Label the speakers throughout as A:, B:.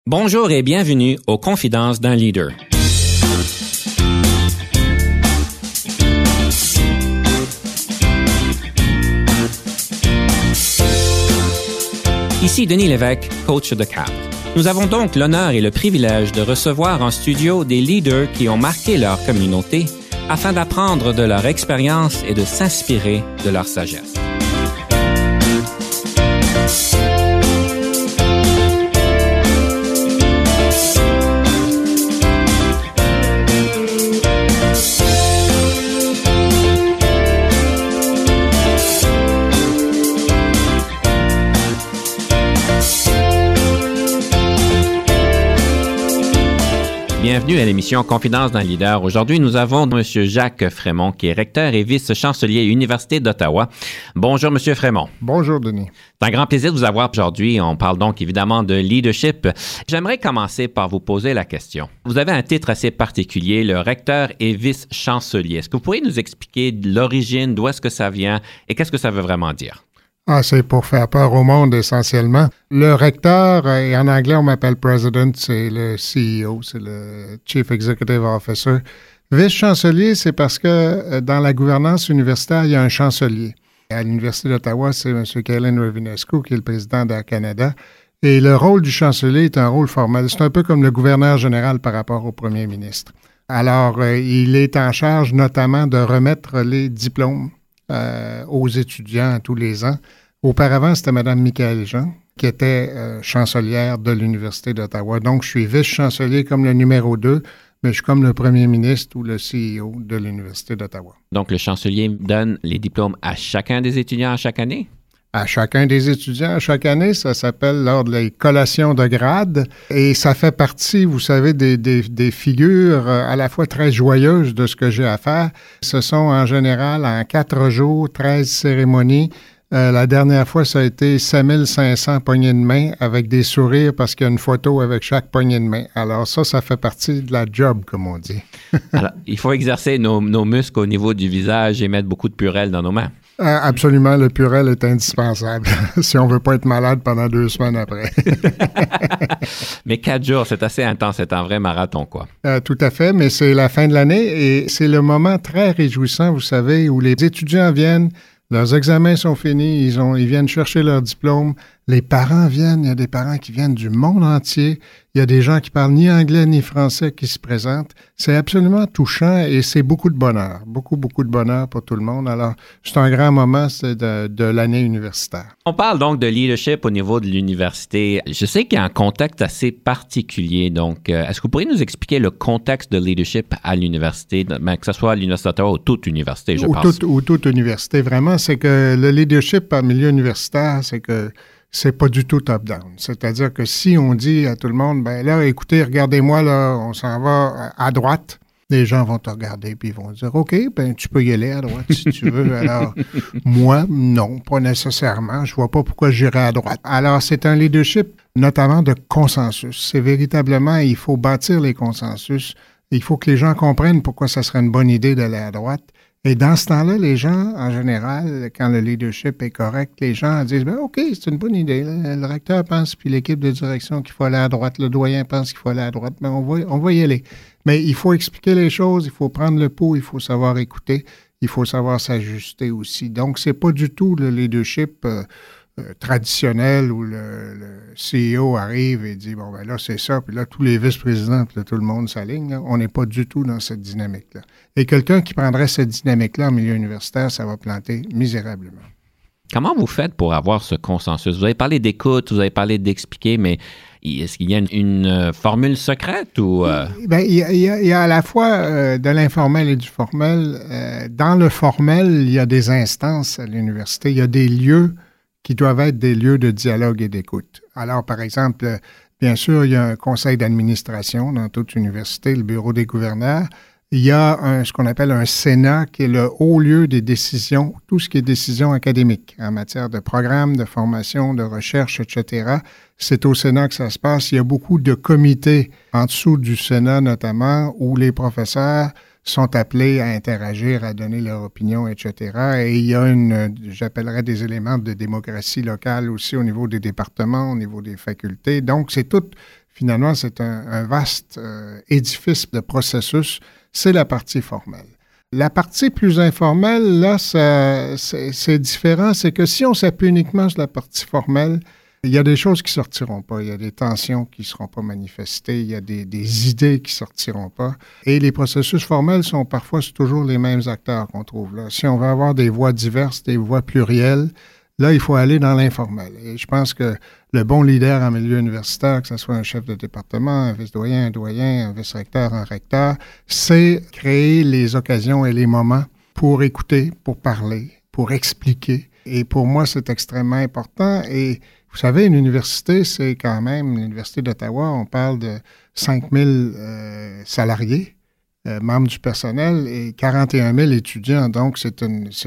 A: Bonjour et bienvenue aux Confidences d'un leader. Ici Denis Lévesque, coach de cadre. Nous avons donc l'honneur et le privilège de recevoir en studio des leaders qui ont marqué leur communauté afin d'apprendre de leur expérience et de s'inspirer de leur sagesse. Bienvenue à l'émission Confidences d'un leader. Aujourd'hui, nous avons M. Jacques Frémont, qui est recteur et vice-chancelier à l'Université d'Ottawa. Bonjour, M. Frémont.
B: Bonjour, Denis.
A: C'est un grand plaisir de vous avoir aujourd'hui. On parle donc évidemment de leadership. J'aimerais commencer par vous poser la question. Vous avez un titre assez particulier, le recteur et vice-chancelier. Est-ce que vous pourriez nous expliquer l'origine, d'où est-ce que ça vient et qu'est-ce que ça veut vraiment dire?
B: C'est pour faire peur au monde essentiellement. Le recteur, et en anglais on m'appelle president, c'est le CEO, c'est le Chief Executive Officer. Vice-chancelier, c'est parce que dans la gouvernance universitaire, il y a un chancelier. À l'Université d'Ottawa, c'est M. Calin Rovinescu qui est le président d'Air Canada. Et le rôle du chancelier est un rôle formel. C'est un peu comme le gouverneur général par rapport au premier ministre. Alors, il est en charge notamment de remettre les diplômes aux étudiants tous les ans. Auparavant, c'était Mme Michaëlle Jean, qui était chancelière de l'Université d'Ottawa. Donc, je suis vice-chancelier comme le numéro 2, mais je suis comme le premier ministre ou le CEO de l'Université d'Ottawa.
A: Donc, le chancelier donne les diplômes à chacun des étudiants à chaque année?
B: À chacun des étudiants, à chaque année, ça s'appelle lors de les collations de grade. Et ça fait partie, vous savez, des figures à la fois très joyeuses de ce que j'ai à faire. Ce sont en général en 4 jours, 13 cérémonies. La dernière fois, ça a été 5500 poignées de main avec des sourires parce qu'il y a une photo avec chaque poignée de main. Alors ça fait partie de la job, comme on dit.
A: Alors, il faut exercer nos muscles au niveau du visage et mettre beaucoup de Purell dans nos mains.
B: Absolument, le Purell est indispensable si on ne veut pas être malade pendant 2 semaines après.
A: Mais 4 jours, c'est assez intense, c'est un vrai marathon, quoi.
B: Tout à fait, mais c'est la fin de l'année et c'est le moment très réjouissant, vous savez, où les étudiants viennent, leurs examens sont finis, ils viennent chercher leur diplôme, les parents viennent, il y a des parents qui viennent du monde entier, il y a des gens qui parlent ni anglais ni français qui se présentent. C'est absolument touchant et c'est beaucoup de bonheur, beaucoup de bonheur pour tout le monde. Alors, c'est un grand moment de l'année universitaire.
A: On parle donc de leadership au niveau de l'université. Je sais qu'il y a un contexte assez particulier. Donc, est-ce que vous pourriez nous expliquer le contexte de leadership à l'université, que ce soit à l'Université d'Ottawa ou toute université, je pense?
B: Ou toute université, vraiment. C'est que le leadership en milieu universitaire, c'est pas du tout top-down. C'est-à-dire que si on dit à tout le monde, ben là, écoutez, regardez-moi, là, on s'en va à droite, les gens vont te regarder puis ils vont dire, OK, ben tu peux y aller à droite si tu veux. Alors, moi, non, pas nécessairement. Je vois pas pourquoi j'irais à droite. Alors, c'est un leadership notamment de consensus. C'est véritablement, il faut bâtir les consensus. Il faut que les gens comprennent pourquoi ça serait une bonne idée d'aller à droite. Et dans ce temps-là, les gens, en général, quand le leadership est correct, les gens disent, ben OK, c'est une bonne idée. Là. Le recteur pense, puis l'équipe de direction qu'il faut aller à droite, le doyen pense qu'il faut aller à droite, mais on va y aller. Mais il faut expliquer les choses, il faut prendre le pouls, il faut savoir écouter, il faut savoir s'ajuster aussi. Donc, c'est pas du tout le leadership traditionnel où le CEO arrive et dit, bon, ben là, c'est ça, puis là, tous les vice-présidents, puis là, tout le monde s'aligne. Là. On n'est pas du tout dans cette dynamique-là. Et quelqu'un qui prendrait cette dynamique-là en milieu universitaire, ça va planter misérablement.
A: Comment vous faites pour avoir ce consensus? Vous avez parlé d'écoute, vous avez parlé d'expliquer, mais est-ce qu'il y a une formule secrète ou...
B: Bien, il y a à la fois de l'informel et du formel. Dans le formel, il y a des instances à l'université. Il y a des lieux qui doivent être des lieux de dialogue et d'écoute. Alors, par exemple, bien sûr, il y a un conseil d'administration dans toute université, le bureau des gouverneurs. Il y a ce qu'on appelle un Sénat, qui est le haut lieu des décisions, tout ce qui est décision académique en matière de programmes, de formation, de recherche, etc. C'est au Sénat que ça se passe. Il y a beaucoup de comités en dessous du Sénat, notamment, où les professeurs sont appelés à interagir, à donner leur opinion, etc. Et il y a j'appellerais des éléments de démocratie locale aussi au niveau des départements, au niveau des facultés. Donc, finalement, c'est un vaste édifice de processus. C'est la partie formelle. La partie plus informelle, là, c'est différent. C'est que si on s'appuie uniquement sur la partie formelle, il y a des choses qui sortiront pas. Il y a des tensions qui seront pas manifestées. Il y a des idées qui sortiront pas. Et les processus formels sont parfois toujours les mêmes acteurs qu'on trouve là. Si on veut avoir des voix diverses, des voix plurielles, là, il faut aller dans l'informel. Et je pense que le bon leader en milieu universitaire, que ce soit un chef de département, un vice-doyen, un doyen, un vice-recteur, un recteur, c'est créer les occasions et les moments pour écouter, pour parler, pour expliquer. Et pour moi, c'est extrêmement important. Et vous savez, une université, c'est quand même, l'Université d'Ottawa, on parle de 5000 salariés, membres du personnel et 41 000 étudiants. Donc, c'est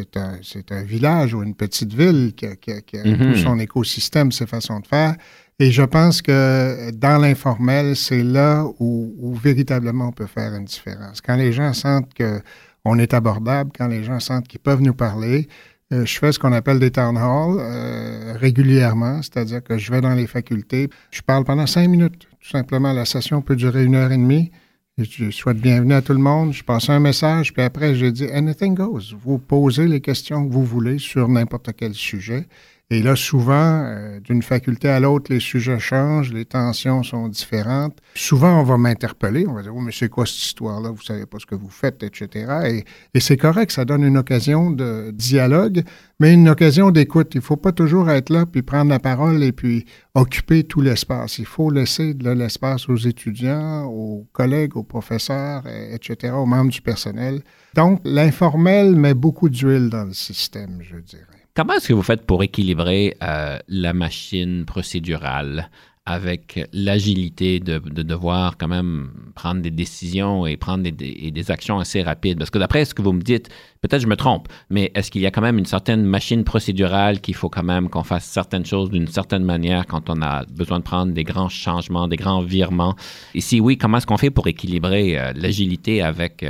B: un village ou une petite ville qui a tout son écosystème, ses façons de faire. Et je pense que dans l'informel, c'est là où véritablement on peut faire une différence. Quand les gens sentent qu'on est abordable, quand les gens sentent qu'ils peuvent nous parler, je fais ce qu'on appelle des town halls régulièrement, c'est-à-dire que je vais dans les facultés, je parle pendant 5 minutes. Tout simplement, la session peut durer 1h30. Je souhaite bienvenue à tout le monde. Je passe un message, puis après, je dis « anything goes ». Vous posez les questions que vous voulez sur n'importe quel sujet. Et là, souvent, d'une faculté à l'autre, les sujets changent, les tensions sont différentes. Souvent, on va m'interpeller, on va dire « oh, mais c'est quoi cette histoire-là? Vous savez pas ce que vous faites, etc. » Et c'est correct, ça donne une occasion de dialogue, mais une occasion d'écoute. Il faut pas toujours être là, puis prendre la parole et puis occuper tout l'espace. Il faut laisser de l'espace aux étudiants, aux collègues, aux professeurs, etc., aux membres du personnel. Donc, l'informel met beaucoup d'huile dans le système, je dirais.
A: Comment est-ce que vous faites pour équilibrer la machine procédurale avec l'agilité de devoir quand même prendre des décisions et prendre des actions assez rapides? Parce que d'après ce que vous me dites, peut-être je me trompe, mais est-ce qu'il y a quand même une certaine machine procédurale qu'il faut quand même qu'on fasse certaines choses d'une certaine manière quand on a besoin de prendre des grands changements, des grands virements? Et si oui, comment est-ce qu'on fait pour équilibrer l'agilité avec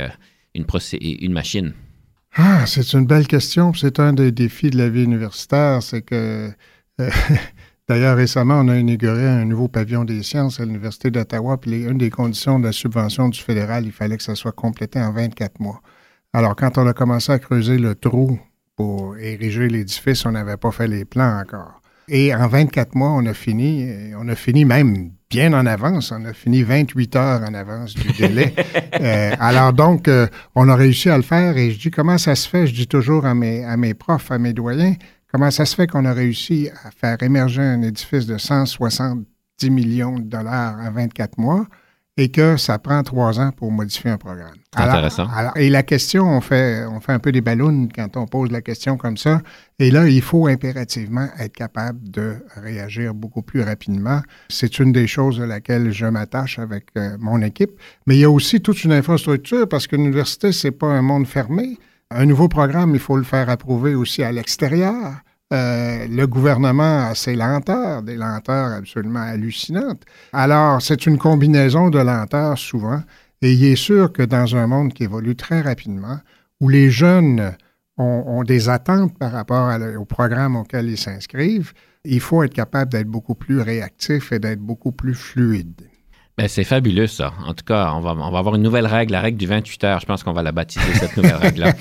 A: une machine?
B: Ah, c'est une belle question. C'est un des défis de la vie universitaire. C'est que, d'ailleurs, récemment, on a inauguré un nouveau pavillon des sciences à l'Université d'Ottawa. Puis une des conditions de la subvention du fédéral, il fallait que ça soit complété en 24 mois. Alors, quand on a commencé à creuser le trou pour ériger l'édifice, on n'avait pas fait les plans encore. Et en 24 mois, on a fini même bien en avance. On a fini 28 heures en avance du délai. Alors donc, on a réussi à le faire et je dis comment ça se fait? Je dis toujours à mes profs, à mes doyens, comment ça se fait qu'on a réussi à faire émerger un édifice de 170 millions de dollars en 24 mois et que ça prend 3 ans pour modifier un programme.
A: Intéressant.
B: Et la question, on fait un peu des ballons quand on pose la question comme ça. Et là, il faut impérativement être capable de réagir beaucoup plus rapidement. C'est une des choses à laquelle je m'attache avec mon équipe. Mais il y a aussi toute une infrastructure parce qu'une université, c'est pas un monde fermé. Un nouveau programme, il faut le faire approuver aussi à l'extérieur. Le gouvernement a ses lenteurs, des lenteurs absolument hallucinantes. Alors, c'est une combinaison de lenteurs souvent. Et il est sûr que dans un monde qui évolue très rapidement, où les jeunes ont des attentes par rapport au programme auquel ils s'inscrivent, il faut être capable d'être beaucoup plus réactif et d'être beaucoup plus fluide.
A: Ben, c'est fabuleux, ça. En tout cas, on va avoir une nouvelle règle, la règle du 28 heures. Je pense qu'on va la baptiser, cette nouvelle règle-là.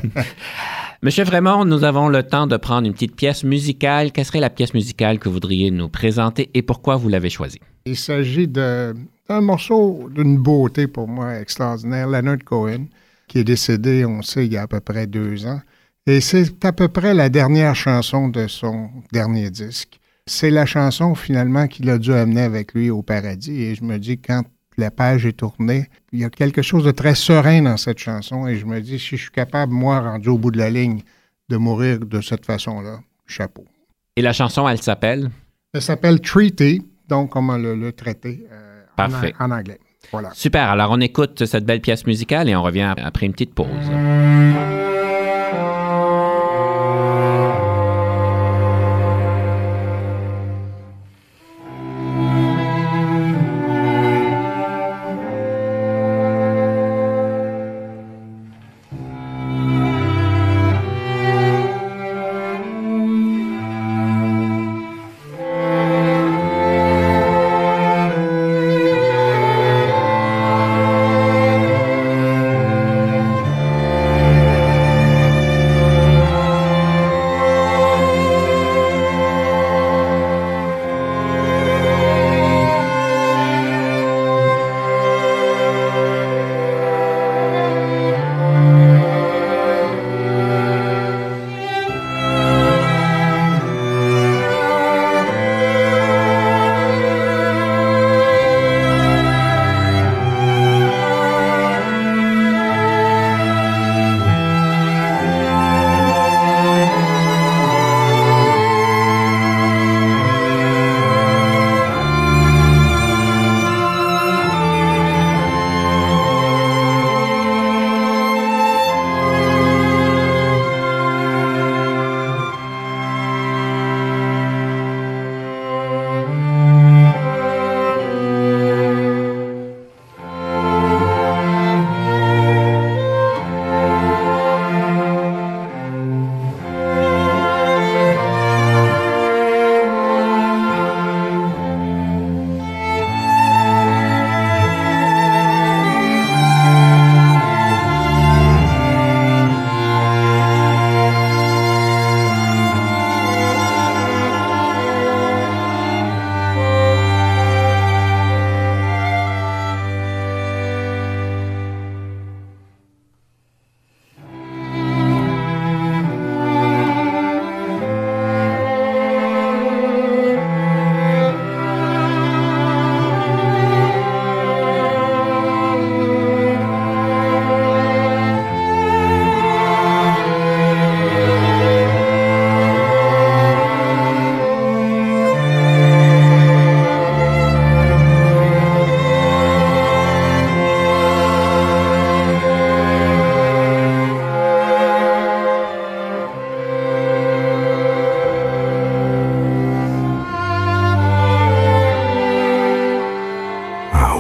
A: Monsieur Frémont, nous avons le temps de prendre une petite pièce musicale. Quelle serait la pièce musicale que vous voudriez nous présenter et pourquoi vous l'avez choisie? Il
B: s'agit d'un morceau d'une beauté pour moi extraordinaire, Leonard Cohen, qui est décédé, on sait, il y a à peu près 2 ans. Et c'est à peu près la dernière chanson de son dernier disque. C'est la chanson, finalement, qu'il a dû amener avec lui au paradis. Et je me dis, quand la page est tournée, il y a quelque chose de très serein dans cette chanson. Et je me dis, si je suis capable, moi, rendu au bout de la ligne, de mourir de cette façon-là, chapeau.
A: Et la chanson, elle s'appelle?
B: Elle s'appelle Treaty, donc comment le traiter
A: Parfait.
B: En anglais. Voilà.
A: Super. Alors, on écoute cette belle pièce musicale et on revient après une petite pause.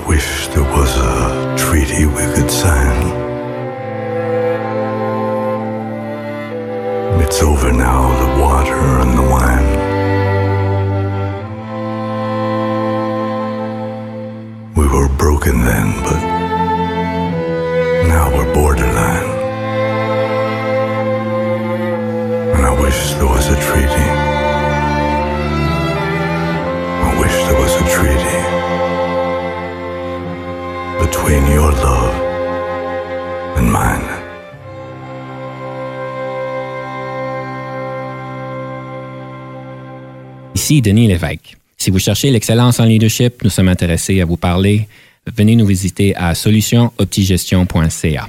C: I wish there was a treaty we could sign. It's over now, the water and the wine. We were broken then, but now we're borderline. And I wish there was a treaty. I wish there was a treaty between your love and mine.
A: Ici Denis Lévesque. Si vous cherchez l'excellence en leadership, nous sommes intéressés à vous parler. Venez nous visiter à solutionoptigestion.ca.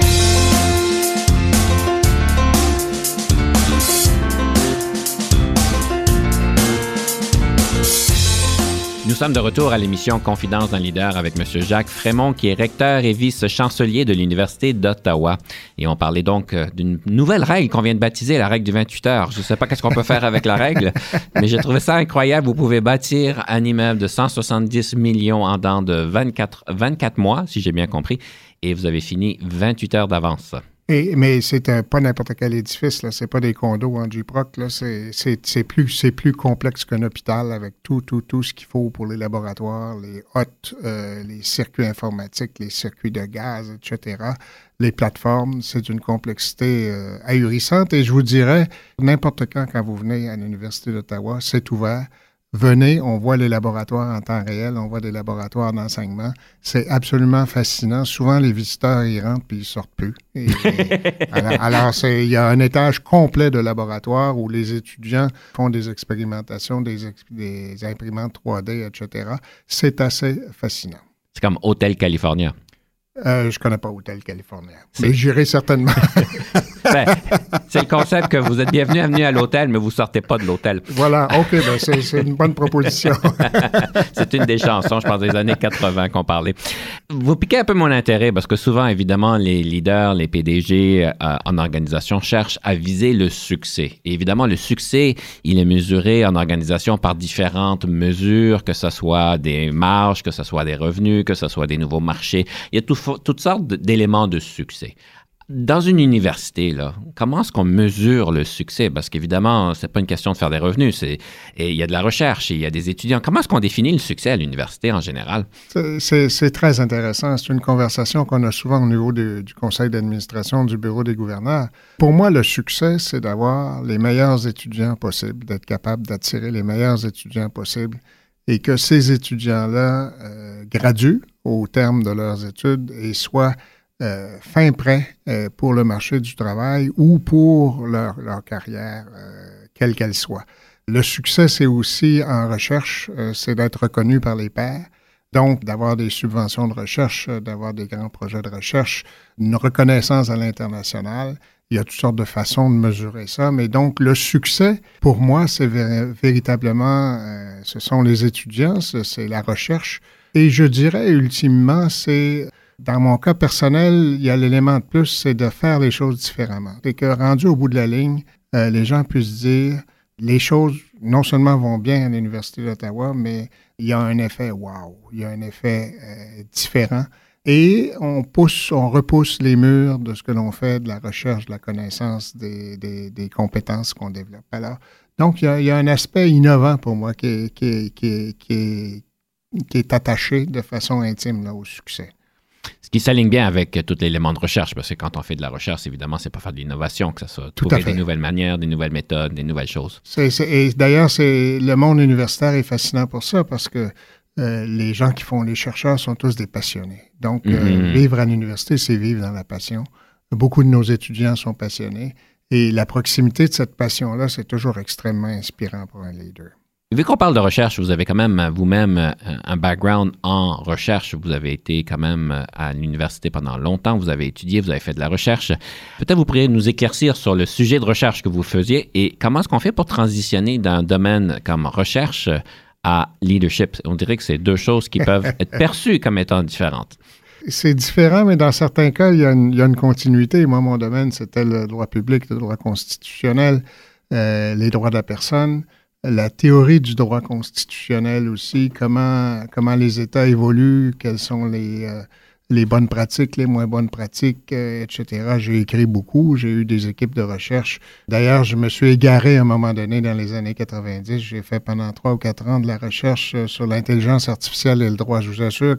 A: Nous sommes de retour à l'émission Confidence d'un leader avec M. Jacques Frémont, qui est recteur et vice-chancelier de l'Université d'Ottawa. Et on parlait donc d'une nouvelle règle qu'on vient de baptiser, la règle du 28 heures. Je ne sais pas qu'est-ce qu'on peut faire avec la règle, mais j'ai trouvé ça incroyable. Vous pouvez bâtir un immeuble de 170 millions en dans de 24 mois, si j'ai bien compris, et vous avez fini 28 heures d'avance.
B: Mais c'est pas n'importe quel édifice, là. C'est pas des condos en J-Proc, là. C'est plus complexe qu'un hôpital avec tout ce qu'il faut pour les laboratoires, les hottes, les circuits informatiques, les circuits de gaz, etc. Les plateformes, c'est une complexité ahurissante. Et je vous dirais, n'importe quand vous venez à l'Université d'Ottawa, c'est ouvert. Venez, on voit les laboratoires en temps réel, on voit des laboratoires d'enseignement. C'est absolument fascinant. Souvent, les visiteurs, ils rentrent puis ils sortent plus. Alors, il y a un étage complet de laboratoire où les étudiants font des expérimentations, des imprimantes 3D, etc. C'est assez fascinant.
A: C'est comme Hôtel California.
B: Je connais pas Hôtel California, mais j'irai certainement.
A: C'est le concept que vous êtes bienvenu à l'hôtel, mais vous sortez pas de l'hôtel.
B: Voilà, OK, c'est une bonne proposition.
A: C'est une des chansons, je pense, des années 80 qu'on parlait. Vous piquez un peu mon intérêt parce que souvent, évidemment, les leaders, les PDG en organisation cherchent à viser le succès. Et évidemment, le succès, il est mesuré en organisation par différentes mesures, que ce soit des marges, que ce soit des revenus, que ce soit des nouveaux marchés. Il y a toutes sortes d'éléments de succès. Dans une université, là, comment est-ce qu'on mesure le succès? Parce qu'évidemment, c'est pas une question de faire des revenus. Et il y a de la recherche, et il y a des étudiants. Comment est-ce qu'on définit le succès à l'université en général?
B: C'est très intéressant. C'est une conversation qu'on a souvent au niveau du conseil d'administration du bureau des gouverneurs. Pour moi, le succès, c'est d'avoir les meilleurs étudiants possibles, d'être capable d'attirer les meilleurs étudiants possibles et que ces étudiants-là graduent au terme de leurs études et soient fin prêts pour le marché du travail ou pour leur carrière, quelle qu'elle soit. Le succès, c'est aussi en recherche, c'est d'être reconnu par les pairs, donc d'avoir des subventions de recherche, d'avoir des grands projets de recherche, une reconnaissance à l'international. Il y a toutes sortes de façons de mesurer ça, mais donc le succès, pour moi, c'est véritablement, ce sont les étudiants, c'est la recherche. Et je dirais, ultimement, c'est, dans mon cas personnel, il y a l'élément de plus, c'est de faire les choses différemment. C'est que, rendu au bout de la ligne, les gens puissent dire, les choses, non seulement vont bien à l'Université d'Ottawa, mais il y a un effet wow, il y a un effet différent. Et on repousse les murs de ce que l'on fait, de la recherche, de la connaissance, des compétences qu'on développe. Alors, donc, il y a un aspect innovant pour moi qui est attaché de façon intime là, au succès.
A: Ce qui s'aligne bien avec tout l'élément de recherche, parce que quand on fait de la recherche, évidemment, c'est pas faire de l'innovation, que ça soit trouver des nouvelles manières, des nouvelles méthodes, des nouvelles choses.
B: Et d'ailleurs, le monde universitaire est fascinant pour ça, parce que les gens qui font les chercheurs sont tous des passionnés. Donc, vivre à l'université, c'est vivre dans la passion. Beaucoup de nos étudiants sont passionnés. Et la proximité de cette passion-là, c'est toujours extrêmement inspirant pour un leader.
A: Vu qu'on parle de recherche, vous avez quand même vous-même un background en recherche. Vous avez été quand même à l'université pendant longtemps. Vous avez étudié, vous avez fait de la recherche. Peut-être vous pourriez nous éclaircir sur le sujet de recherche que vous faisiez et comment est-ce qu'on fait pour transitionner d'un domaine comme recherche à leadership. On dirait que c'est deux choses qui peuvent être perçues comme étant différentes.
B: C'est différent, mais dans certains cas, il y a une continuité. Moi, mon domaine, c'était le droit public, le droit constitutionnel, les droits de la personne. la théorie du droit constitutionnel aussi, comment les États évoluent, quelles sont les bonnes pratiques, les moins bonnes pratiques, etc. J'ai écrit beaucoup, j'ai eu des équipes de recherche. D'ailleurs, je me suis égaré à un moment donné dans les années 90. J'ai fait pendant 3 ou 4 ans de la recherche sur l'intelligence artificielle et le droit. Je vous assure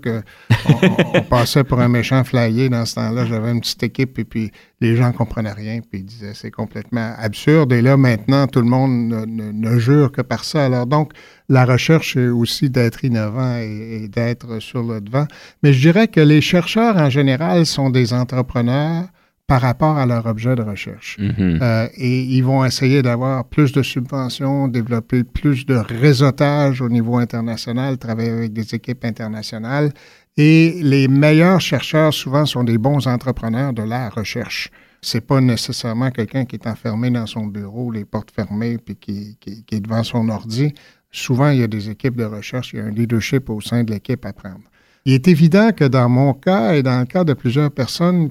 B: qu'on passait pour un méchant flyé dans ce temps-là. J'avais une petite équipe et puis les gens ne comprenaient rien puis ils disaient c'est complètement absurde. Et là, maintenant, tout le monde ne jure que par ça. Alors donc, la recherche est aussi d'être innovant et d'être sur le devant. Mais je dirais que les chercheurs, en général, sont des entrepreneurs par rapport à leur objet de recherche.
A: Mm-hmm.
B: Et ils vont essayer d'avoir plus de subventions, développer plus de réseautage au niveau international, travailler avec des équipes internationales. Et les meilleurs chercheurs, souvent, sont des bons entrepreneurs de la recherche. C'est pas nécessairement quelqu'un qui est enfermé dans son bureau, les portes fermées, puis qui est devant son ordi. Souvent, il y a des équipes de recherche, il y a un leadership au sein de l'équipe à prendre. Il est évident que dans mon cas et dans le cas de plusieurs personnes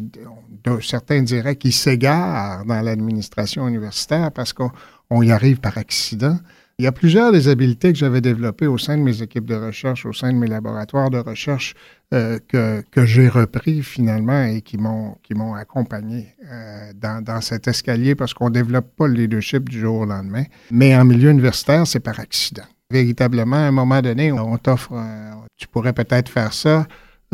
B: certains diraient qui s'égarent dans l'administration universitaire parce qu'on y arrive par accident. Il y a plusieurs des habiletés que j'avais développées au sein de mes équipes de recherche, au sein de mes laboratoires de recherche que j'ai repris finalement et qui m'ont accompagné dans cet escalier parce qu'on ne développe pas le leadership du jour au lendemain. Mais en milieu universitaire, c'est par accident. Véritablement, à un moment donné, on t'offre, tu pourrais peut-être faire ça.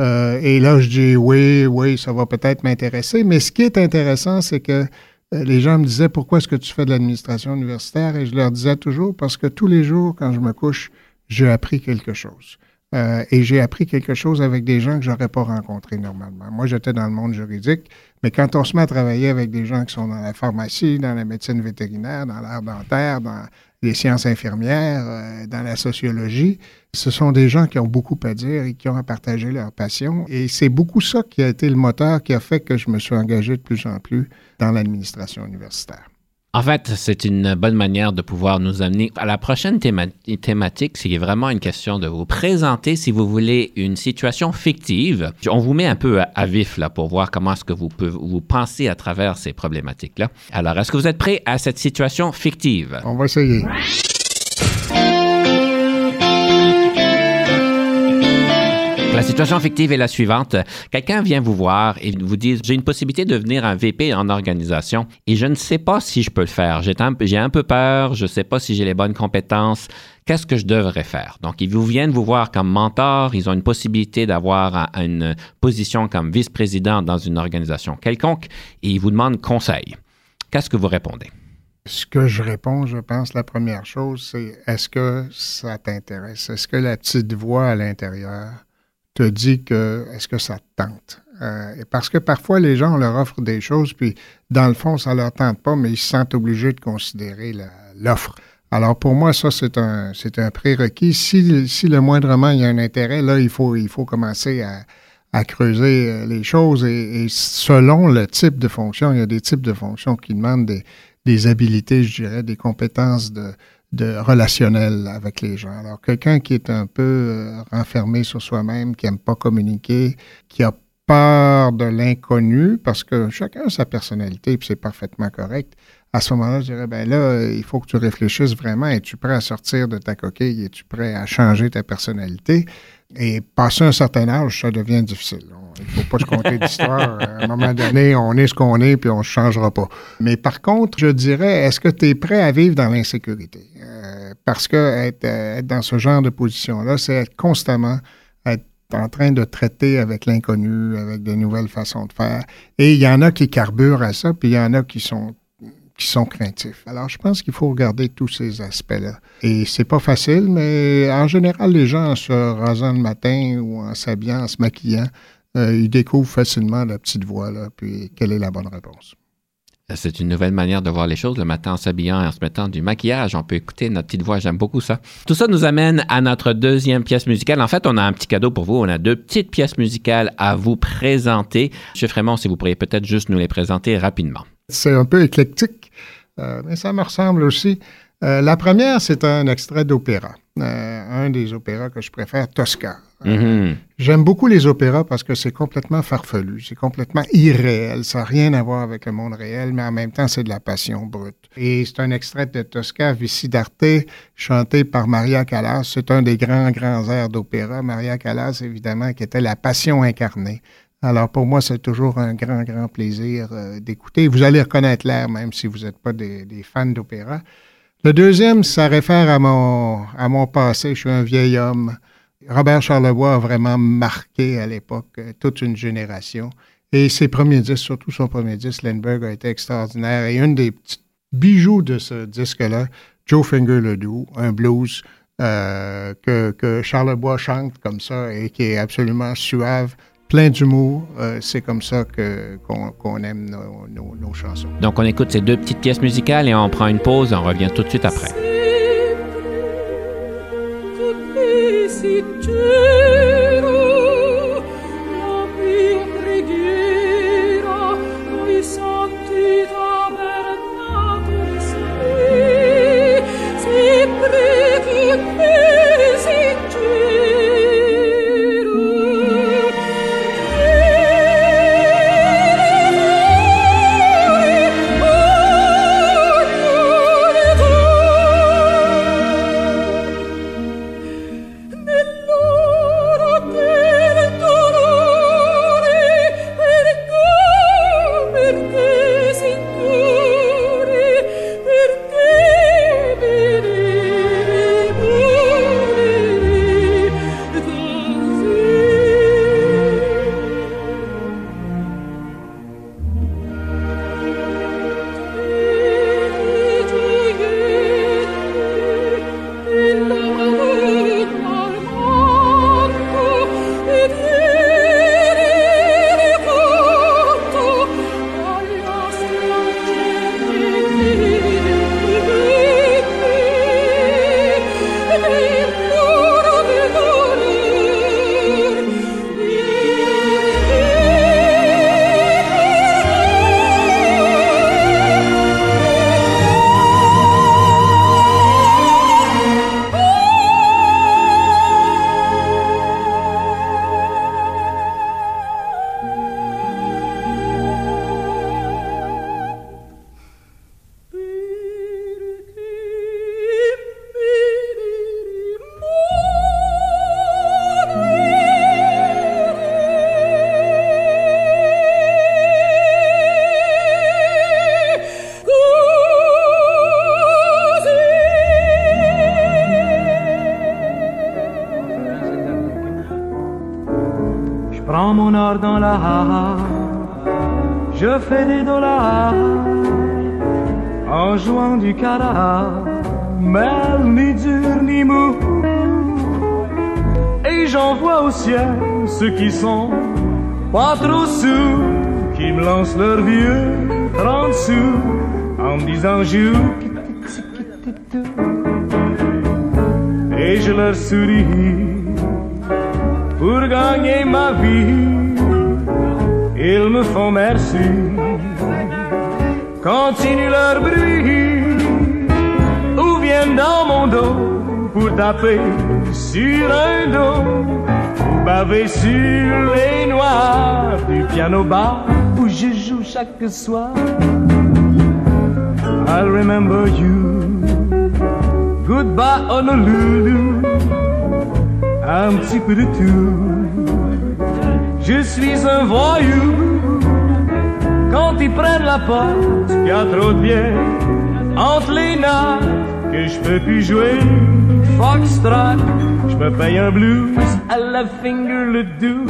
B: Et là, je dis oui, ça va peut-être m'intéresser. Mais ce qui est intéressant, c'est que les gens me disaient, pourquoi est-ce que tu fais de l'administration universitaire? Et je leur disais toujours, parce que tous les jours, quand je me couche, j'ai appris quelque chose. Et j'ai appris quelque chose avec des gens que je n'aurais pas rencontrés normalement. Moi, j'étais dans le monde juridique, mais quand on se met à travailler avec des gens qui sont dans la pharmacie, dans la médecine vétérinaire, dans l'art dentaire, dans les sciences infirmières, dans la sociologie, ce sont des gens qui ont beaucoup à dire et qui ont à partager leur passion. Et c'est beaucoup ça qui a été le moteur qui a fait que je me suis engagé de plus en plus dans l'administration universitaire.
A: En fait, c'est une bonne manière de pouvoir nous amener à la prochaine thématique. C'est vraiment une question de vous présenter, si vous voulez, une situation fictive. On vous met un peu à vif là pour voir comment est-ce que vous pensez à travers ces problématiques-là. Alors, est-ce que vous êtes prêts à cette situation fictive?
B: On va essayer.
A: La situation fictive est la suivante. Quelqu'un vient vous voir et vous dit « J'ai une possibilité de devenir un VP en organisation et je ne sais pas si je peux le faire. J'ai un peu peur, je ne sais pas si j'ai les bonnes compétences. Qu'est-ce que je devrais faire? » Donc, ils viennent vous voir comme mentor. Ils ont une possibilité d'avoir une position comme vice-président dans une organisation quelconque et ils vous demandent conseil. Qu'est-ce que vous répondez?
B: Ce que je réponds, je pense, la première chose, c'est est-ce que ça t'intéresse? Est-ce que la petite voix à l'intérieur te dit que est-ce que ça te tente? Parce que parfois, les gens, on leur offre des choses, puis dans le fond, ça ne leur tente pas, mais ils se sentent obligés de considérer l'offre. Alors, pour moi, ça, c'est un prérequis. Si le moindrement il y a un intérêt, là, il faut commencer à creuser les choses. Et selon le type de fonction, il y a des types de fonctions qui demandent des habiletés, je dirais, des compétences de relationnel avec les gens. Alors, quelqu'un qui est un peu renfermé sur soi-même, qui n'aime pas communiquer, qui a peur de l'inconnu, parce que chacun a sa personnalité, puis c'est parfaitement correct. À ce moment-là, je dirais, ben là, il faut que tu réfléchisses vraiment. Es-tu prêt à sortir de ta coquille? Es-tu prêt à changer ta personnalité? Et passer un certain âge, ça devient difficile. Il ne faut pas se conter d'histoire. À un moment donné, on est ce qu'on est, puis on ne changera pas. Mais par contre, je dirais, est-ce que tu es prêt à vivre dans l'insécurité? Parce que être dans ce genre de position-là, c'est être constamment en train de traiter avec l'inconnu, avec de nouvelles façons de faire. Et il y en a qui carburent à ça, puis il y en a qui sont craintifs. Alors, je pense qu'il faut regarder tous ces aspects-là. Et c'est pas facile, mais en général, les gens, en se rasant le matin ou en s'habillant, en se maquillant, ils découvrent facilement la petite voix, là, puis quelle est la bonne réponse.
A: C'est une nouvelle manière de voir les choses. Le matin, en s'habillant et en se mettant du maquillage, on peut écouter notre petite voix. J'aime beaucoup ça. Tout ça nous amène à notre deuxième pièce musicale. En fait, on a un petit cadeau pour vous. On a 2 petites pièces musicales à vous présenter. M. Frémont, si vous pourriez peut-être juste nous les présenter rapidement.
B: C'est un peu éclectique, mais ça me ressemble aussi. La première, c'est un extrait d'opéra. Un des opéras que je préfère, Tosca.
A: Mhm.
B: J'aime beaucoup les opéras parce que c'est complètement farfelu, c'est complètement irréel. Ça n'a rien à voir avec le monde réel, mais en même temps, c'est de la passion brute. Et c'est un extrait de Tosca, Vici d'Arte, chanté par Maria Callas. C'est un des grands airs d'opéra. Maria Callas, évidemment, qui était la passion incarnée. Alors, pour moi, c'est toujours un grand plaisir d'écouter. Vous allez reconnaître l'air, même si vous n'êtes pas des fans d'opéra. Le deuxième, ça réfère à mon passé. Je suis un vieil homme. Robert Charlebois a vraiment marqué à l'époque toute une génération. Et ses premiers disques, surtout son premier disque, Lindbergh, a été extraordinaire. Et une des petites bijoux de ce disque-là, Joe Finger Ledoux, un blues que Charlebois chante comme ça et qui est absolument suave, plein d'humour. C'est comme ça qu'on aime nos chansons.
A: Donc, on écoute ces deux petites pièces musicales et on prend une pause et on revient tout de suite après.
D: Prends mon or dans la haha, je fais des dollars en jouant du caramel, ni dur ni mou. Et j'envoie au ciel ceux qui sont pas trop sous, qui me lancent leur vieux 30 sous en me disant joue. Et je leur souris pour gagner ma vie. Ils me font merci, continuent leur bruit, ou viennent dans mon dos pour taper sur un dos, ou baver sur les noirs du piano bar où je joue chaque soir. I'll remember you, goodbye Honolulu, un petit peu de tout. Je suis un voyou quand ils prennent la porte, qu'il y a trop de bière entre les notes, que je peux plus jouer foxtrot. Je me paye un blues à la Finger Ledoux.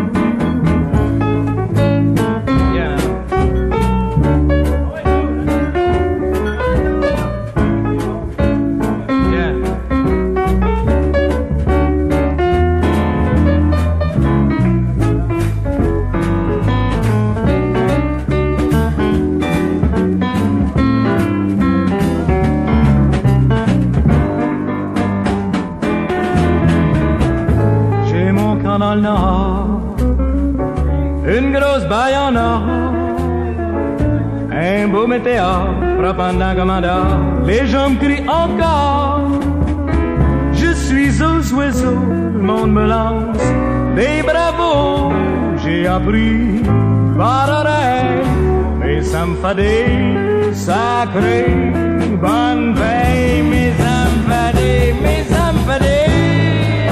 D: Dans le nord, une grosse baille en or, un beau météore frappant d'un commandeur, les gens me crient encore. Je suis aux oiseaux, le monde me lance des bravos. J'ai appris par oreille, mais ça me fait des sacrés bonnes veilles, mais ça me fait des, mais ça me fait des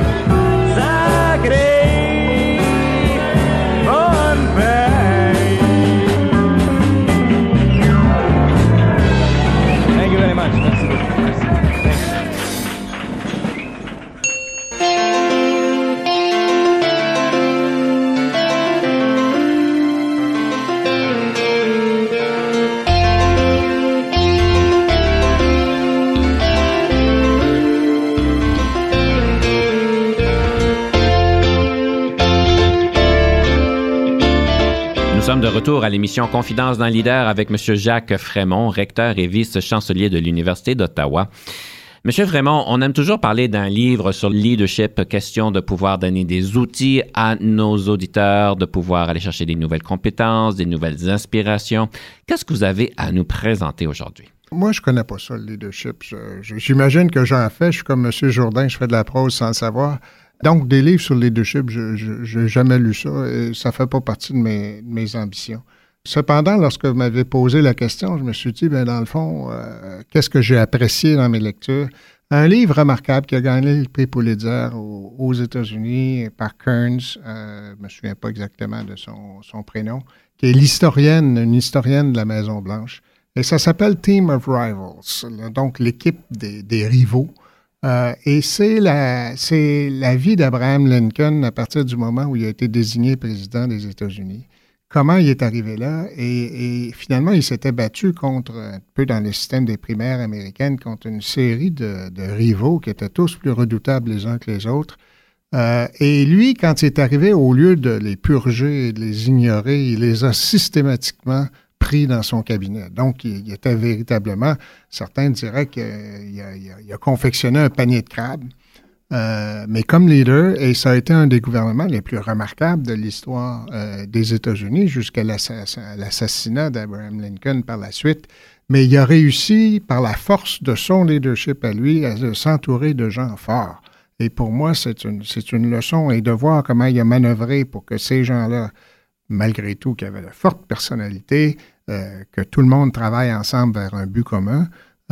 D: sacrés bonnes veilles. Thank you very much. Merci beaucoup. Merci.
A: Nous sommes de retour à l'émission Confidence d'un leader avec M. Jacques Frémont, recteur et vice-chancelier de l'Université d'Ottawa. M. Frémont, on aime toujours parler d'un livre sur le leadership, question de pouvoir donner des outils à nos auditeurs, de pouvoir aller chercher des nouvelles compétences, des nouvelles inspirations. Qu'est-ce que vous avez à nous présenter aujourd'hui?
B: Moi, je connais pas ça, le leadership. J'imagine que j'en fais. Je suis comme M. Jourdain, je fais de la prose sans le savoir. Donc, des livres sur le leadership, je n'ai jamais lu ça et ça ne fait pas partie de mes ambitions. Cependant, lorsque vous m'avez posé la question, je me suis dit, bien, dans le fond, qu'est-ce que j'ai apprécié dans mes lectures? Un livre remarquable qui a gagné le prix Pulitzer aux États-Unis par Kearns, je ne me souviens pas exactement de son prénom, qui est une historienne de la Maison-Blanche. Et ça s'appelle Team of Rivals, donc l'équipe des rivaux. Et c'est la vie d'Abraham Lincoln à partir du moment où il a été désigné président des États-Unis. Comment il est arrivé là? Et finalement, il s'était battu contre, un peu dans le système des primaires américaines, contre une série de rivaux qui étaient tous plus redoutables les uns que les autres. Et lui, quand il est arrivé, au lieu de les purger et de les ignorer, il les a systématiquement pris dans son cabinet. Donc, il était véritablement, certains diraient qu'il a confectionné un panier de crabes, mais comme leader, et ça a été un des gouvernements les plus remarquables de l'histoire des États-Unis jusqu'à l'assassinat d'Abraham Lincoln par la suite, mais il a réussi, par la force de son leadership à lui, à s'entourer de gens forts. Et pour moi, c'est une leçon, et de voir comment il a manœuvré pour que ces gens-là, malgré tout, qui avaient de fortes personnalités, que tout le monde travaille ensemble vers un but commun.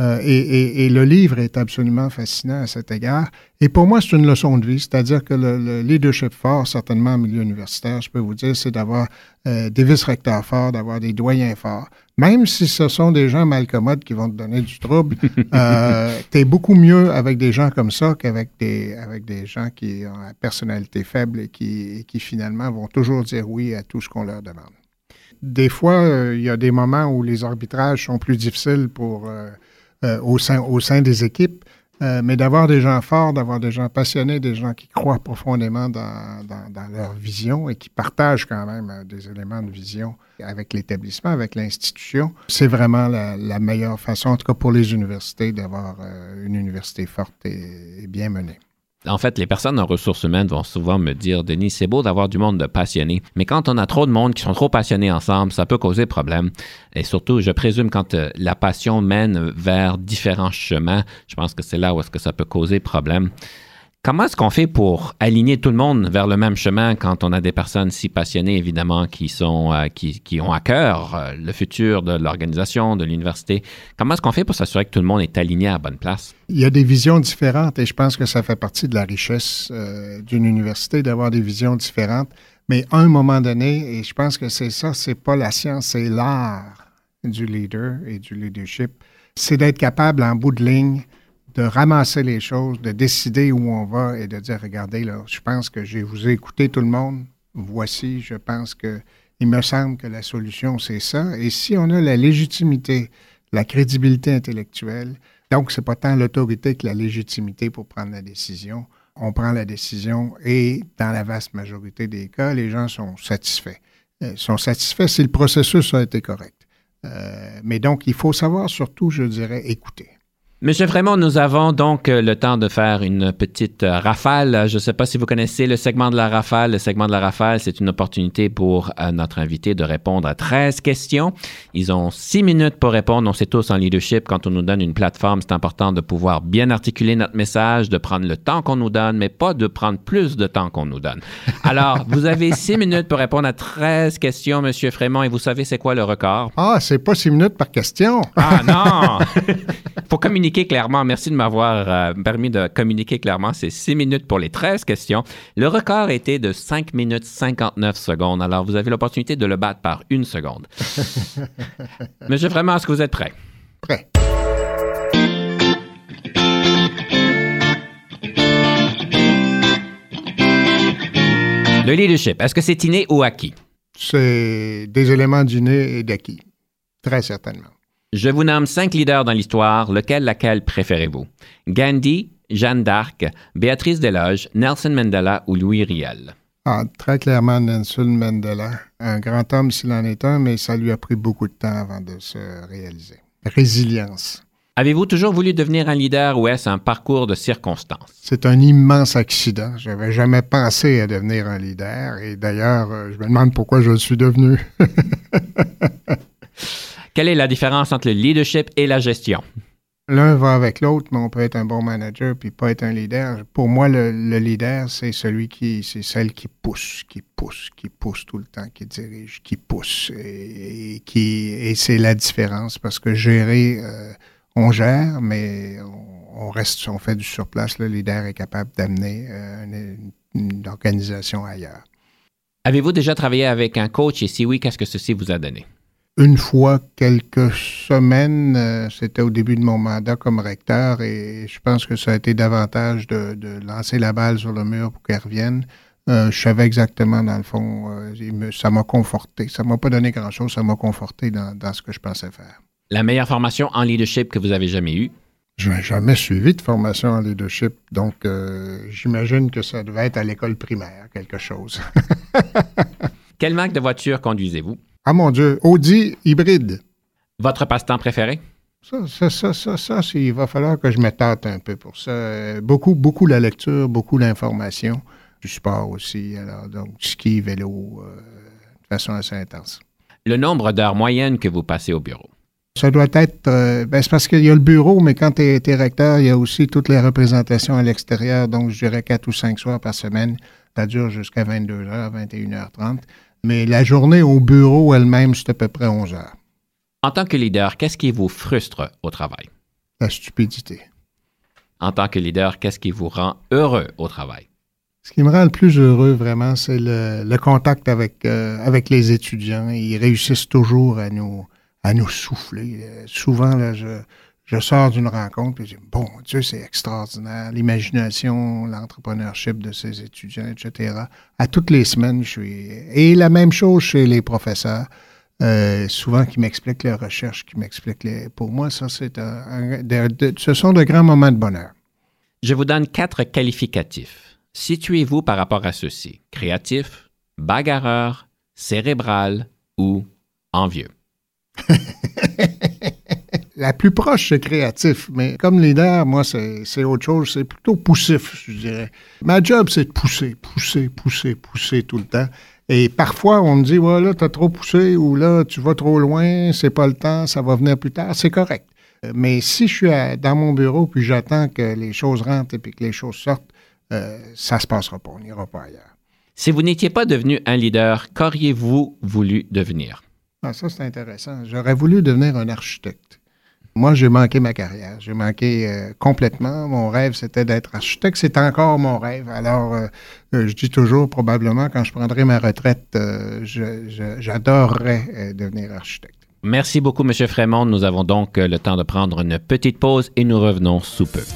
B: Et le livre est absolument fascinant à cet égard. Et pour moi, c'est une leçon de vie, c'est-à-dire que le leadership fort, certainement en milieu universitaire, je peux vous dire, c'est d'avoir des vice-recteurs forts, d'avoir des doyens forts. Même si ce sont des gens malcommodes qui vont te donner du trouble, t'es beaucoup mieux avec des gens comme ça qu'avec des gens qui ont la personnalité faible et qui finalement vont toujours dire oui à tout ce qu'on leur demande. Des fois, il y a des moments où les arbitrages sont plus difficiles au sein des équipes, mais d'avoir des gens forts, d'avoir des gens passionnés, des gens qui croient profondément dans leur vision et qui partagent quand même des éléments de vision avec l'établissement, avec l'institution, c'est vraiment la meilleure façon, en tout cas pour les universités, d'avoir une université forte et bien menée.
A: En fait, les personnes en ressources humaines vont souvent me dire, Denis, c'est beau d'avoir du monde de passionnés, mais quand on a trop de monde qui sont trop passionnés ensemble, ça peut causer problème. Et surtout, je présume, quand la passion mène vers différents chemins, je pense que c'est là où est-ce que ça peut causer problème. Comment est-ce qu'on fait pour aligner tout le monde vers le même chemin quand on a des personnes si passionnées, évidemment, qui ont à cœur le futur de l'organisation, de l'université? Comment est-ce qu'on fait pour s'assurer que tout le monde est aligné à la bonne place?
B: Il y a des visions différentes et je pense que ça fait partie de la richesse d'une université d'avoir des visions différentes. Mais à un moment donné, et je pense que c'est ça, c'est pas la science, c'est l'art du leader et du leadership. C'est d'être capable, en bout de ligne, de ramasser les choses, de décider où on va et de dire, regardez, là, je pense que je vous ai écouté tout le monde, voici, je pense que, il me semble que la solution, c'est ça. Et si on a la légitimité, la crédibilité intellectuelle, donc c'est pas tant l'autorité que la légitimité pour prendre la décision, on prend la décision et dans la vaste majorité des cas, les gens sont satisfaits. Ils sont satisfaits si le processus a été correct. Mais donc, il faut savoir surtout, je dirais, écouter.
A: Monsieur Frémont, nous avons donc le temps de faire une petite rafale. Je ne sais pas si vous connaissez le segment de la rafale. Le segment de la rafale, c'est une opportunité pour notre invité de répondre à 13 questions. Ils ont 6 minutes pour répondre. On sait tous en leadership, quand on nous donne une plateforme, c'est important de pouvoir bien articuler notre message, de prendre le temps qu'on nous donne, mais pas de prendre plus de temps qu'on nous donne. Alors, vous avez 6 minutes pour répondre à 13 questions, Monsieur Frémont, et vous savez c'est quoi le record?
B: Ah, c'est pas 6 minutes par question.
A: Ah non! Faut communiquer clairement. Merci de m'avoir permis de communiquer clairement. C'est 6 minutes pour les 13 questions. Le record était de 5 minutes 59 secondes. Alors, vous avez l'opportunité de le battre par 1 seconde. Monsieur Frémont, est-ce que vous êtes prêt?
B: Prêt.
A: Le leadership, est-ce que c'est inné ou acquis?
B: C'est des éléments d'inné et d'acquis. Très certainement.
A: Je vous nomme 5 leaders dans l'histoire. Laquelle préférez-vous? Gandhi, Jeanne d'Arc, Béatrice Desloges, Nelson Mandela ou Louis Riel?
B: Ah, très clairement, Nelson Mandela. Un grand homme s'il en est un, mais ça lui a pris beaucoup de temps avant de se réaliser. Résilience.
A: Avez-vous toujours voulu devenir un leader ou est-ce un parcours de circonstances?
B: C'est un immense accident. Je n'avais jamais pensé à devenir un leader. Et d'ailleurs, je me demande pourquoi je le suis devenu.
A: Quelle est la différence entre le leadership et la gestion?
B: L'un va avec l'autre, mais on peut être un bon manager puis pas être un leader. Pour moi, le leader, c'est celle qui pousse tout le temps, qui dirige, qui pousse. Et c'est la différence parce que gérer, on gère, mais on fait du surplace. Le leader est capable d'amener une organisation ailleurs.
A: Avez-vous déjà travaillé avec un coach et si oui, qu'est-ce que ceci vous a donné?
B: Une fois, quelques semaines, c'était au début de mon mandat comme recteur et je pense que ça a été davantage de lancer la balle sur le mur pour qu'elle revienne. Je savais exactement, dans le fond, ça m'a conforté. Ça m'a pas donné grand-chose, ça m'a conforté dans ce que je pensais faire.
A: La meilleure formation en leadership que vous avez jamais eue?
B: Je n'ai jamais suivi de formation en leadership, donc j'imagine que ça devait être à l'école primaire, quelque chose.
A: Quelle marque de voiture conduisez-vous?
B: Ah mon Dieu, Audi hybride.
A: Votre passe-temps préféré?
B: Ça, il va falloir que je me tâte un peu pour ça. Beaucoup la lecture, beaucoup l'information. Du sport aussi, alors donc ski, vélo, de façon assez intense.
A: Le nombre d'heures moyennes que vous passez au bureau?
B: Ça doit être... c'est parce qu'il y a le bureau, mais quand tu es recteur, il y a aussi toutes les représentations à l'extérieur. Donc, je dirais 4 ou 5 soirs par semaine. Ça dure jusqu'à 22h, 21h30. Mais la journée au bureau elle-même, c'est à peu près 11 heures.
A: En tant que leader, qu'est-ce qui vous frustre au travail?
B: La stupidité.
A: En tant que leader, qu'est-ce qui vous rend heureux au travail?
B: Ce qui me rend le plus heureux, vraiment, c'est le contact avec les étudiants. Ils réussissent toujours à nous souffler. Souvent, là, je sors d'une rencontre et je dis « Bon Dieu, c'est extraordinaire. » L'imagination, l'entrepreneurship de ces étudiants, etc. À toutes les semaines, je suis... Et la même chose chez les professeurs. Souvent, qui m'expliquent leurs recherches, qui m'expliquent Pour moi, ça, c'est ce sont de grands moments de bonheur.
A: Je vous donne 4 qualificatifs. Situez-vous par rapport à ceux-ci. Créatif, bagarreur, cérébral ou envieux.
B: La plus proche, c'est créatif, mais comme leader, moi, c'est autre chose. C'est plutôt poussif, je dirais. Ma job, c'est de pousser tout le temps. Et parfois, on me dit, ouais, là, t'as trop poussé ou là, tu vas trop loin, c'est pas le temps, ça va venir plus tard. C'est correct. Mais si je suis dans mon bureau puis j'attends que les choses rentrent et puis que les choses sortent, ça se passera pas. On n'ira pas ailleurs.
A: Si vous n'étiez pas devenu un leader, qu'auriez-vous voulu devenir?
B: Ah, ça, c'est intéressant. J'aurais voulu devenir un architecte. Moi, j'ai manqué ma carrière. J'ai manqué complètement. Mon rêve, c'était d'être architecte. C'est encore mon rêve. Alors, je dis toujours, probablement, quand je prendrai ma retraite, j'adorerais devenir architecte.
A: Merci beaucoup, M. Frémont. Nous avons donc le temps de prendre une petite pause et nous revenons sous peu.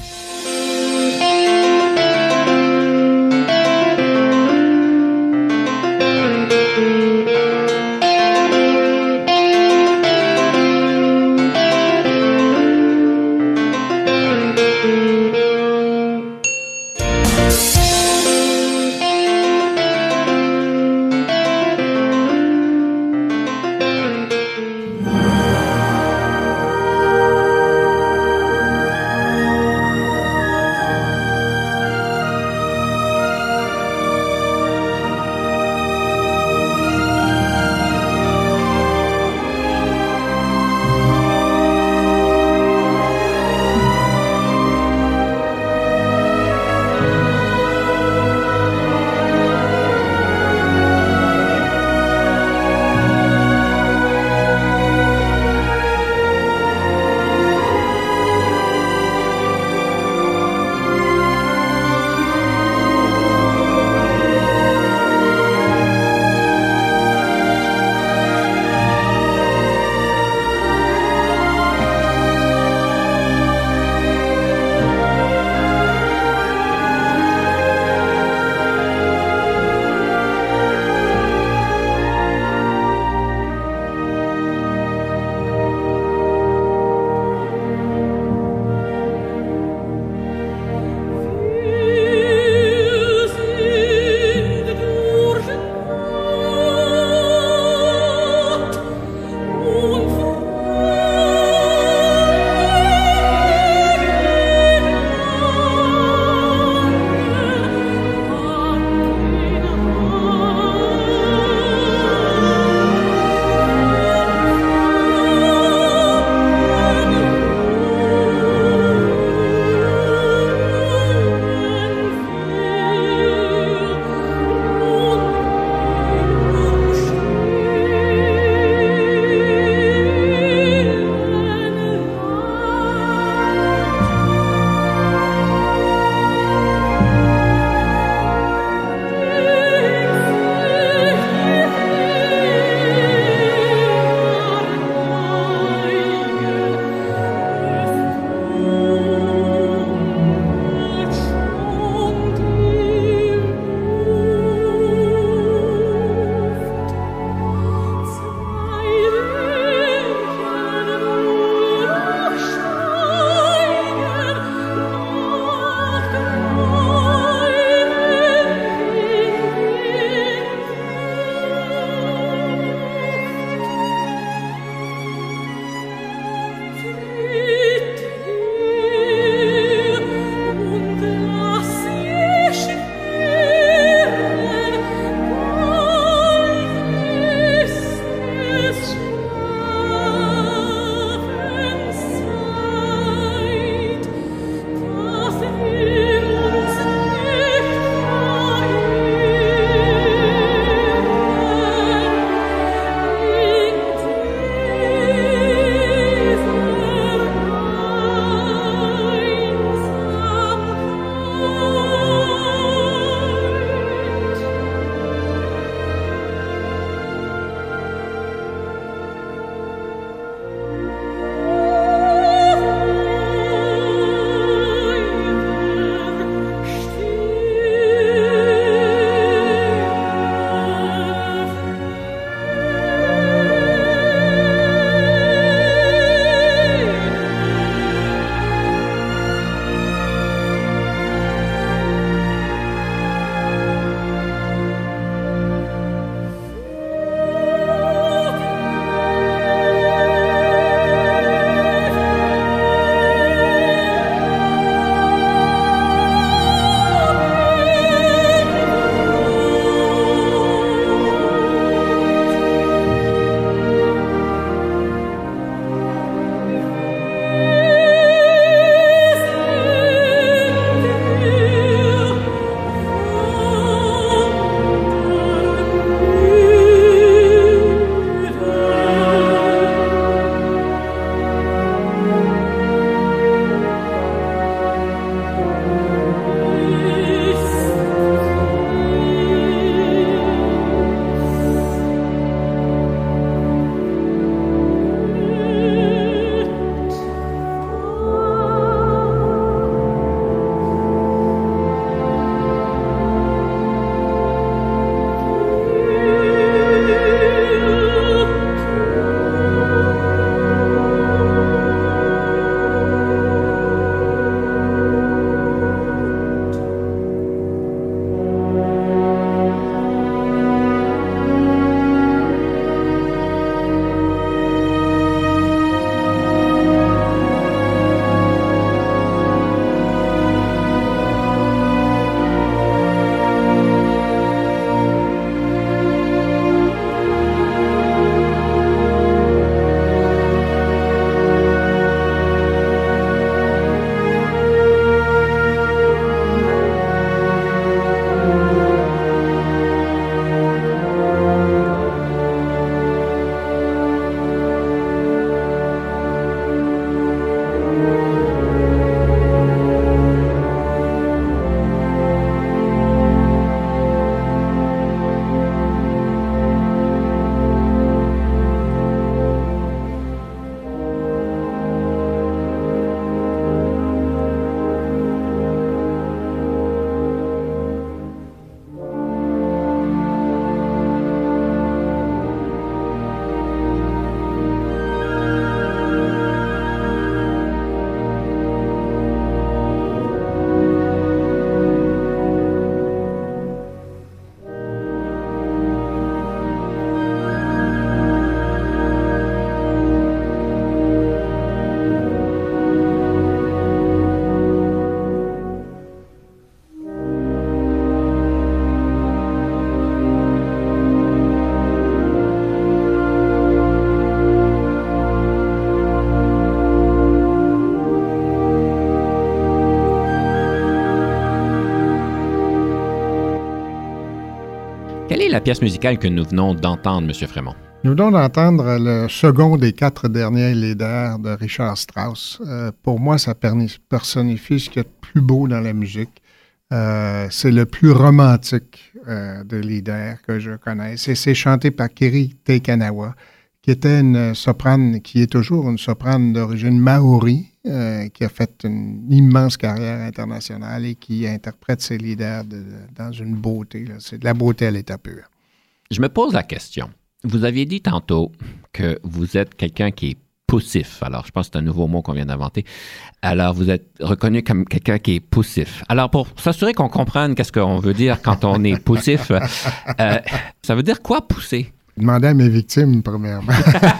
A: la pièce musicale que nous venons d'entendre, M. Frémont?
B: Nous venons d'entendre le second des 4 derniers leaders de Richard Strauss. Pour moi, ça personnifie ce qu'il y a de plus beau dans la musique. C'est le plus romantique des leaders que je connaisse. Et c'est chanté par Keri Te Kanawa, qui était une soprane, qui est toujours une soprane d'origine maori, qui a fait une immense carrière internationale et qui interprète ses leaders dans une beauté. Là. C'est de la beauté à l'état pur.
A: Je me pose la question. Vous aviez dit tantôt que vous êtes quelqu'un qui est poussif. Alors, je pense que c'est un nouveau mot qu'on vient d'inventer. Alors, vous êtes reconnu comme quelqu'un qui est poussif. Alors, pour s'assurer qu'on comprenne qu'est-ce qu'on veut dire quand on est poussif, ça veut dire quoi, pousser?
B: Demandez à mes victimes, premièrement.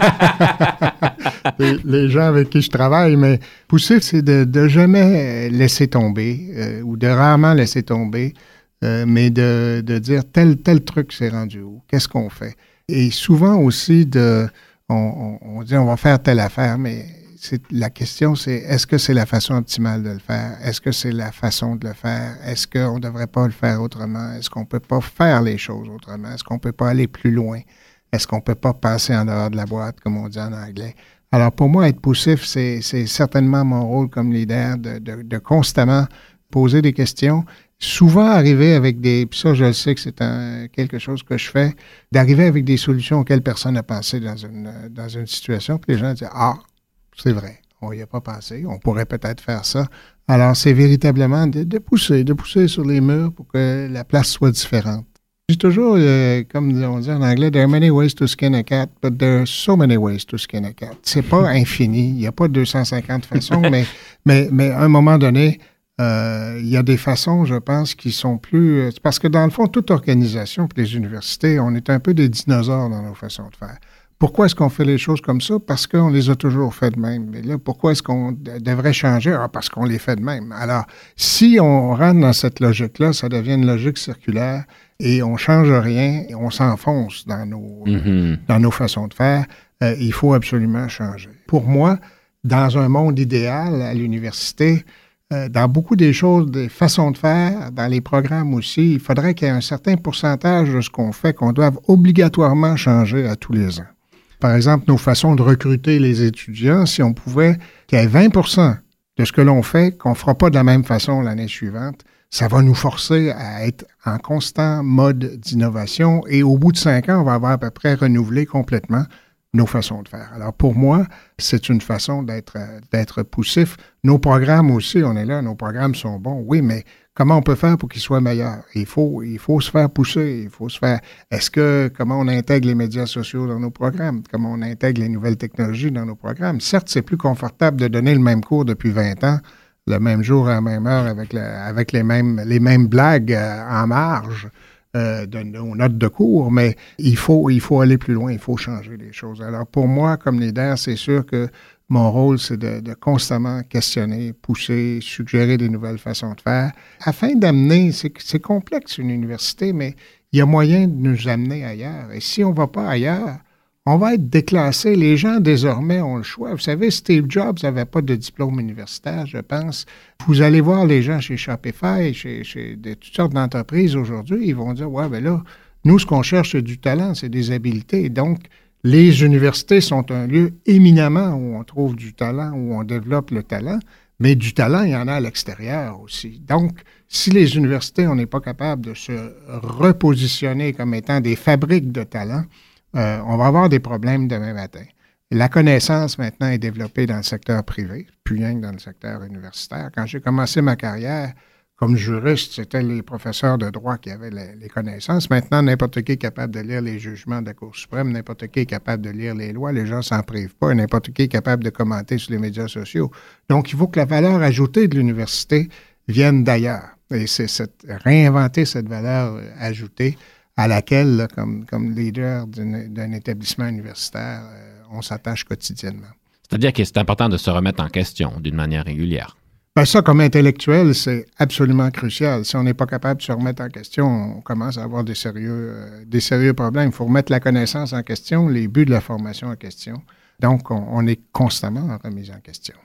B: les gens avec qui je travaille, mais poussif, c'est de jamais laisser tomber ou de rarement laisser tomber, mais de dire tel truc s'est rendu où? Qu'est-ce qu'on fait? Et souvent aussi, on dit on va faire telle affaire, mais la question c'est est-ce que c'est la façon optimale de le faire? Est-ce que c'est la façon de le faire? Est-ce qu'on ne devrait pas le faire autrement? Est-ce qu'on ne peut pas faire les choses autrement? Est-ce qu'on ne peut pas aller plus loin? Est-ce qu'on ne peut pas passer en dehors de la boîte, comme on dit en anglais? Alors, pour moi, être poussif, c'est certainement mon rôle comme leader de constamment poser des questions. Souvent arriver avec puis ça, je le sais que c'est quelque chose que je fais, d'arriver avec des solutions auxquelles personne n'a pensé dans une situation, puis les gens disent « Ah, c'est vrai, on n'y a pas pensé, on pourrait peut-être faire ça. » Alors, c'est véritablement de pousser sur les murs pour que la place soit différente. Je dis toujours, comme on dit en anglais, « There are many ways to skin a cat, but there are so many ways to skin a cat. » C'est pas infini, il n'y a pas 250 façons, mais à un moment donné, il y a des façons, je pense, qui sont plus... parce que dans le fond, toute organisation, puis les universités, on est un peu des dinosaures dans nos façons de faire. Pourquoi est-ce qu'on fait les choses comme ça? Parce qu'on les a toujours fait de même. Mais là, pourquoi est-ce qu'on devrait changer? Ah, parce qu'on les fait de même. Alors, si on rentre dans cette logique-là, ça devient une logique circulaire et on ne change rien et on s'enfonce dans nos façons de faire. Il faut absolument changer. Pour moi, dans un monde idéal à l'université, dans beaucoup des choses, des façons de faire, dans les programmes aussi, il faudrait qu'il y ait un certain pourcentage de ce qu'on fait qu'on doive obligatoirement changer à tous les ans. Par exemple, nos façons de recruter les étudiants, si on pouvait qu'il y ait 20% de ce que l'on fait qu'on ne fera pas de la même façon l'année suivante, ça va nous forcer à être en constant mode d'innovation et au bout de 5 ans, on va avoir à peu près renouvelé complètement nos façons de faire. Alors, pour moi, c'est une façon d'être poussif. Nos programmes aussi, on est là, nos programmes sont bons, oui, mais comment on peut faire pour qu'ils soient meilleurs? Il faut se faire pousser, comment on intègre les médias sociaux dans nos programmes? Comment on intègre les nouvelles technologies dans nos programmes? Certes, c'est plus confortable de donner le même cours depuis 20 ans, le même jour à la même heure, avec les mêmes blagues en marge, de nos notes de cours, mais il faut aller plus loin, il faut changer les choses. Alors pour moi, comme leader, c'est sûr que mon rôle, c'est de constamment questionner, pousser, suggérer des nouvelles façons de faire, afin d'amener, c'est complexe une université, mais il y a moyen de nous amener ailleurs. Et si on ne va pas ailleurs, on va être déclassé. Les gens, désormais, ont le choix. Vous savez, Steve Jobs n'avait pas de diplôme universitaire, je pense. Vous allez voir les gens chez Shopify, chez toutes sortes d'entreprises aujourd'hui, ils vont dire, ouais, ben là, nous, ce qu'on cherche, c'est du talent, c'est des habiletés. Donc, les universités sont un lieu éminemment où on trouve du talent, où on développe le talent, mais du talent, il y en a à l'extérieur aussi. Donc, si les universités, on n'est pas capable de se repositionner comme étant des fabriques de talent, on va avoir des problèmes demain matin. La connaissance, maintenant, est développée dans le secteur privé, plus rien que dans le secteur universitaire. Quand j'ai commencé ma carrière comme juriste, c'était les professeurs de droit qui avaient les connaissances. Maintenant, n'importe qui est capable de lire les jugements de la Cour suprême, n'importe qui est capable de lire les lois, les gens ne s'en privent pas, et n'importe qui est capable de commenter sur les médias sociaux. Donc, il faut que la valeur ajoutée de l'université vienne d'ailleurs. Et c'est réinventer cette valeur ajoutée à laquelle, là, comme leader d'un établissement universitaire, on s'attache quotidiennement.
A: C'est-à-dire que c'est important de se remettre en question d'une manière régulière.
B: Ben ça, comme intellectuel, c'est absolument crucial. Si on n'est pas capable de se remettre en question, on commence à avoir des sérieux problèmes. Il faut remettre la connaissance en question, les buts de la formation en question. Donc, on est constamment en remise en question.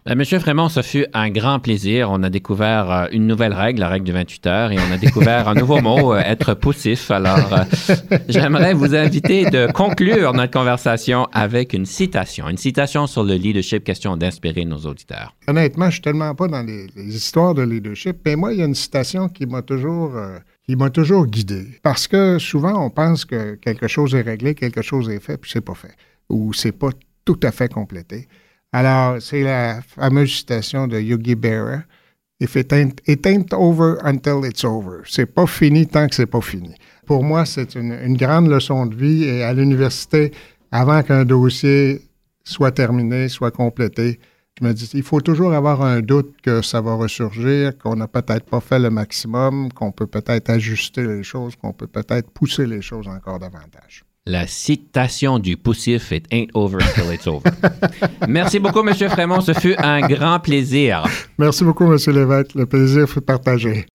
A: Monsieur Frémont, ce fut un grand plaisir. On a découvert une nouvelle règle, la règle du 28 heures, et on a découvert un nouveau mot, être poussif. Alors, j'aimerais vous inviter de conclure notre conversation avec une citation sur le leadership, question d'inspirer nos auditeurs.
B: Honnêtement, je suis tellement pas dans les histoires de leadership, mais moi, il y a une citation qui m'a toujours guidé. Parce que souvent, on pense que quelque chose est réglé, quelque chose est fait, puis c'est pas fait, ou c'est pas tout à fait complété. Alors, c'est la fameuse citation de Yogi Berra. If it ain't over until it's over. C'est pas fini tant que c'est pas fini. Pour moi, c'est une grande leçon de vie. Et à l'université, avant qu'un dossier soit terminé, soit complété, je me dis, il faut toujours avoir un doute que ça va ressurgir, qu'on n'a peut-être pas fait le maximum, qu'on peut peut-être ajuster les choses, qu'on peut peut-être pousser les choses encore davantage.
A: La citation du poussif, it ain't over until it's over. Merci beaucoup, M. Frémont. Ce fut un grand plaisir.
B: Merci beaucoup, M. Lévesque. Le plaisir fut partagé.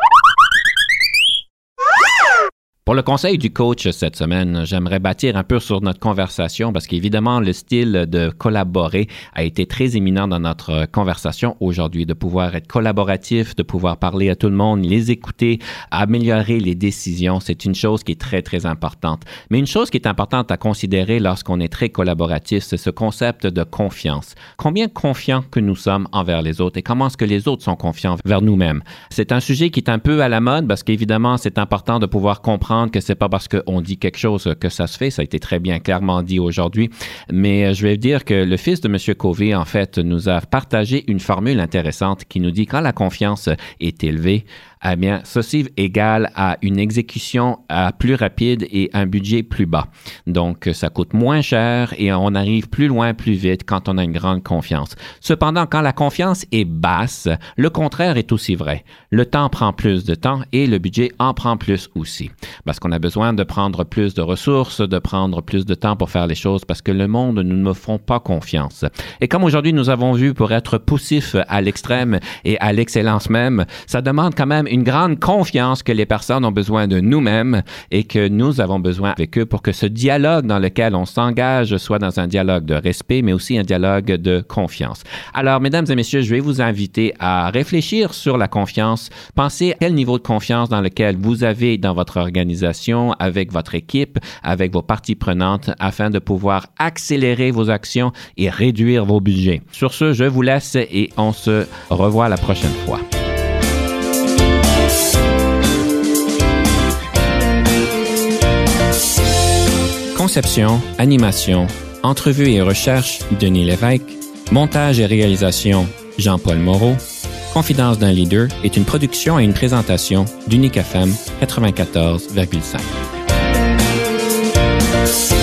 A: Pour le conseil du coach cette semaine, j'aimerais bâtir un peu sur notre conversation parce qu'évidemment, le style de collaborer a été très éminent dans notre conversation aujourd'hui, de pouvoir être collaboratif, de pouvoir parler à tout le monde, les écouter, améliorer les décisions. C'est une chose qui est très, très importante. Mais une chose qui est importante à considérer lorsqu'on est très collaboratif, c'est ce concept de confiance. Combien confiants que nous sommes envers les autres et comment est-ce que les autres sont confiants vers nous-mêmes? C'est un sujet qui est un peu à la mode parce qu'évidemment, c'est important de pouvoir comprendre que c'est pas parce qu'on dit quelque chose que ça se fait. Ça a été très bien clairement dit aujourd'hui. Mais je vais dire que le fils de M. Covey, en fait, nous a partagé une formule intéressante qui nous dit quand la confiance est élevée, eh bien, ceci égale à une exécution plus rapide et un budget plus bas. Donc, ça coûte moins cher et on arrive plus loin, plus vite quand on a une grande confiance. Cependant, quand la confiance est basse, le contraire est aussi vrai. Le temps prend plus de temps et le budget en prend plus aussi. Parce qu'on a besoin de prendre plus de ressources, de prendre plus de temps pour faire les choses parce que le monde ne nous font pas confiance. Et comme aujourd'hui, nous avons vu pour être poussif à l'extrême et à l'excellence même, ça demande quand même une grande confiance que les personnes ont besoin de nous-mêmes et que nous avons besoin avec eux pour que ce dialogue dans lequel on s'engage soit dans un dialogue de respect, mais aussi un dialogue de confiance. Alors, mesdames et messieurs, je vais vous inviter à réfléchir sur la confiance. Pensez à quel niveau de confiance dans lequel vous avez dans votre organisation, avec votre équipe, avec vos parties prenantes, afin de pouvoir accélérer vos actions et réduire vos budgets. Sur ce, je vous laisse et on se revoit la prochaine fois. Conception, animation, entrevue et recherche, Denis Lévesque. Montage et réalisation, Jean-Paul Moreau. Confidence d'un leader est une production et une présentation d'Unique FM 94,5.